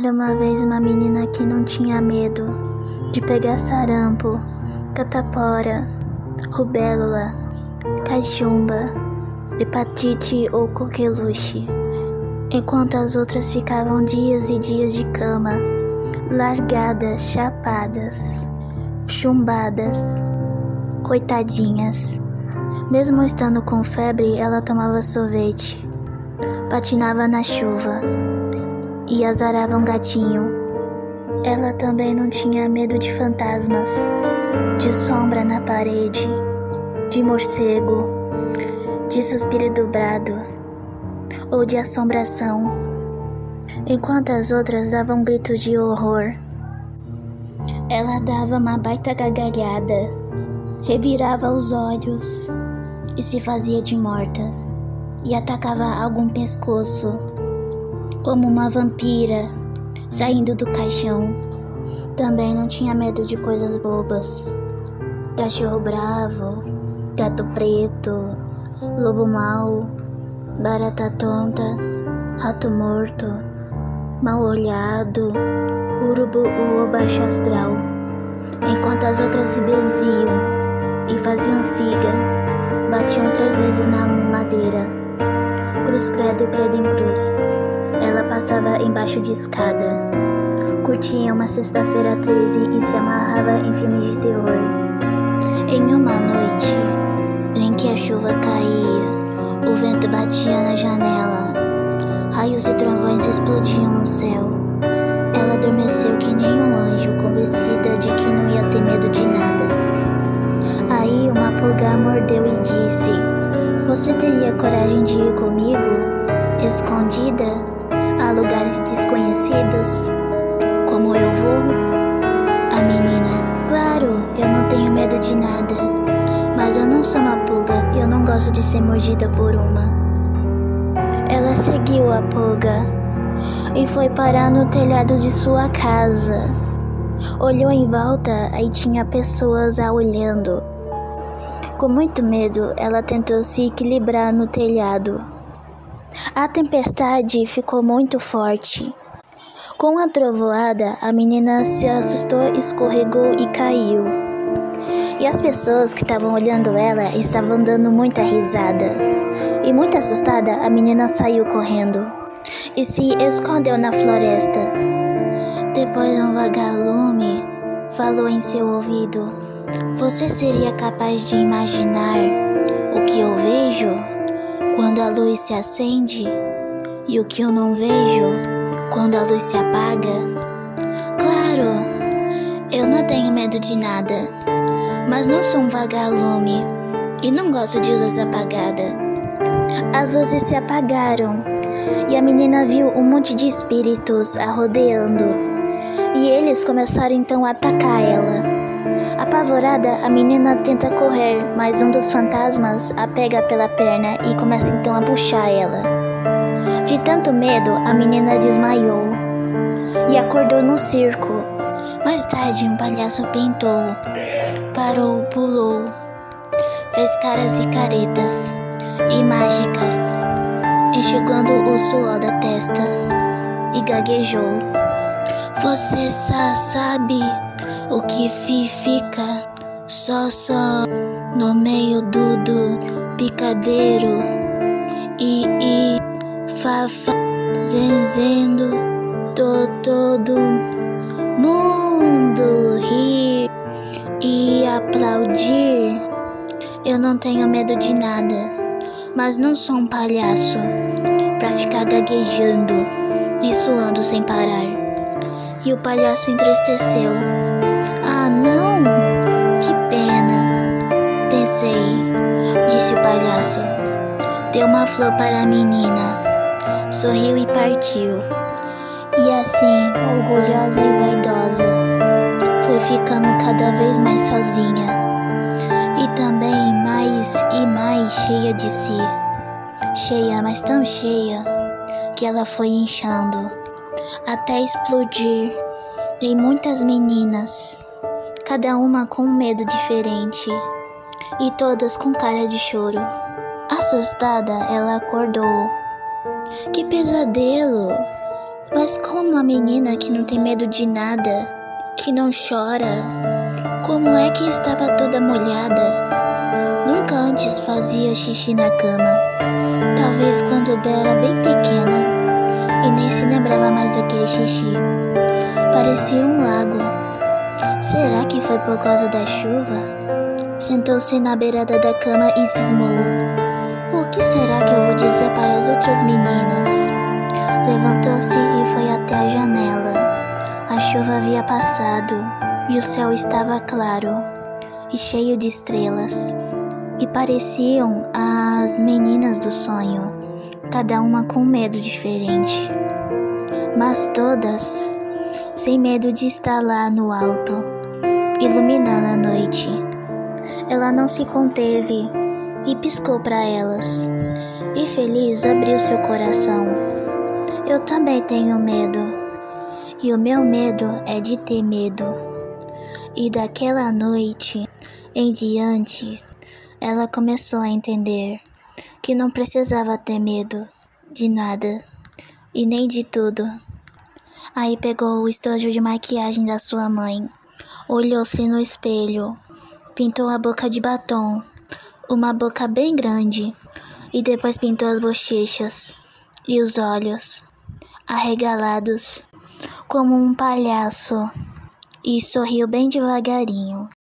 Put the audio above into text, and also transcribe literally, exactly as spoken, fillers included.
Era uma vez uma menina que não tinha medo de pegar sarampo, catapora, rubéola, cachumba, hepatite ou coqueluche, enquanto as outras ficavam dias e dias de cama, largadas, chapadas, chumbadas, coitadinhas. Mesmo estando com febre, ela tomava sorvete, patinava na chuva e azarava um gatinho. Ela também não tinha medo de fantasmas, de sombra na parede, de morcego, de suspiro dobrado ou de assombração, enquanto as outras davam um grito de horror. Ela dava uma baita gargalhada, revirava os olhos e se fazia de morta, e atacava algum pescoço, como uma vampira saindo do caixão. Também não tinha medo de coisas bobas: cachorro bravo, gato preto, lobo mau, barata tonta, rato morto, mal olhado, urubu ou baixo astral, enquanto as outras se benziam e faziam figa, batiam três vezes na madeira, cruz credo, credo em cruz. Ela passava embaixo de escada, curtia uma sexta-feira treze e se amarrava em filmes de terror. Em uma noite em que a chuva caía, o vento batia na janela, raios e trovões explodiam no céu. Ela adormeceu que nem um anjo, convencida de que não ia ter medo de nada. Aí uma pulga a mordeu e disse: "Você teria coragem de ir comigo, escondida, a lugares desconhecidos, como eu vou?" A menina: "Claro, eu não tenho medo de nada, mas eu não sou uma pulga, eu não gosto de ser mordida por uma." Ela seguiu a pulga e foi parar no telhado de sua casa. Olhou em volta e tinha pessoas a olhando. Com muito medo, ela tentou se equilibrar no telhado. A tempestade ficou muito forte. Com a trovoada, a menina se assustou, escorregou e caiu. E as pessoas que estavam olhando ela estavam dando muita risada. E muito assustada, a menina saiu correndo e se escondeu na floresta. Depois um vagalume falou em seu ouvido: "Você seria capaz de imaginar o que eu vejo quando a luz se acende e o que eu não vejo quando a luz se apaga?" Claro, eu não tenho medo de nada, mas não sou um vagalume e não gosto de luz apagada. As luzes se apagaram e a menina viu um monte de espíritos a rodeando, e eles começaram então a atacar ela. Apavorada, a menina tenta correr, mas um dos fantasmas a pega pela perna e começa então a puxar ela. De tanto medo, a menina desmaiou e acordou no circo. Mais tarde, um palhaço pintou, parou, pulou, fez caras e caretas e mágicas, enxugando o suor da testa, e gaguejou: "Você só sabe o que fica só só no meio do, do picadeiro e, e fa, fa fazendo to, todo mundo rir e aplaudir. Eu não tenho medo de nada, mas não sou um palhaço pra ficar gaguejando e suando sem parar." E o palhaço entristeceu. "Ah, não? Que pena," pensei, disse o palhaço. Deu uma flor para a menina, sorriu e partiu. E assim, orgulhosa e vaidosa, foi ficando cada vez mais sozinha, e também mais e mais cheia de si. Cheia, mas tão cheia, que ela foi inchando, até explodir em muitas meninas, cada uma com um medo diferente, e todas com cara de choro. Assustada, ela acordou. Que pesadelo! Mas como uma menina que não tem medo de nada, que não chora, como é que estava toda molhada? Nunca antes fazia xixi na cama, talvez quando era bem pequena, e nem se lembrava mais daquele xixi. Parecia um lago. Será que foi por causa da chuva? Sentou-se na beirada da cama e cismou. O que será que eu vou dizer para as outras meninas? Levantou-se e foi até a janela. A chuva havia passado e o céu estava claro e cheio de estrelas. E pareciam as meninas do sonho, cada uma com um medo diferente, mas todas sem medo de estar lá no alto, iluminando a noite. Ela não se conteve e piscou para elas, e feliz abriu seu coração. Eu também tenho medo, e o meu medo é de ter medo. E daquela noite em diante, ela começou a entender que não precisava ter medo de nada e nem de tudo. Aí pegou o estojo de maquiagem da sua mãe, olhou-se no espelho, pintou a boca de batom, uma boca bem grande, e depois pintou as bochechas e os olhos arregalados como um palhaço, e sorriu bem devagarinho.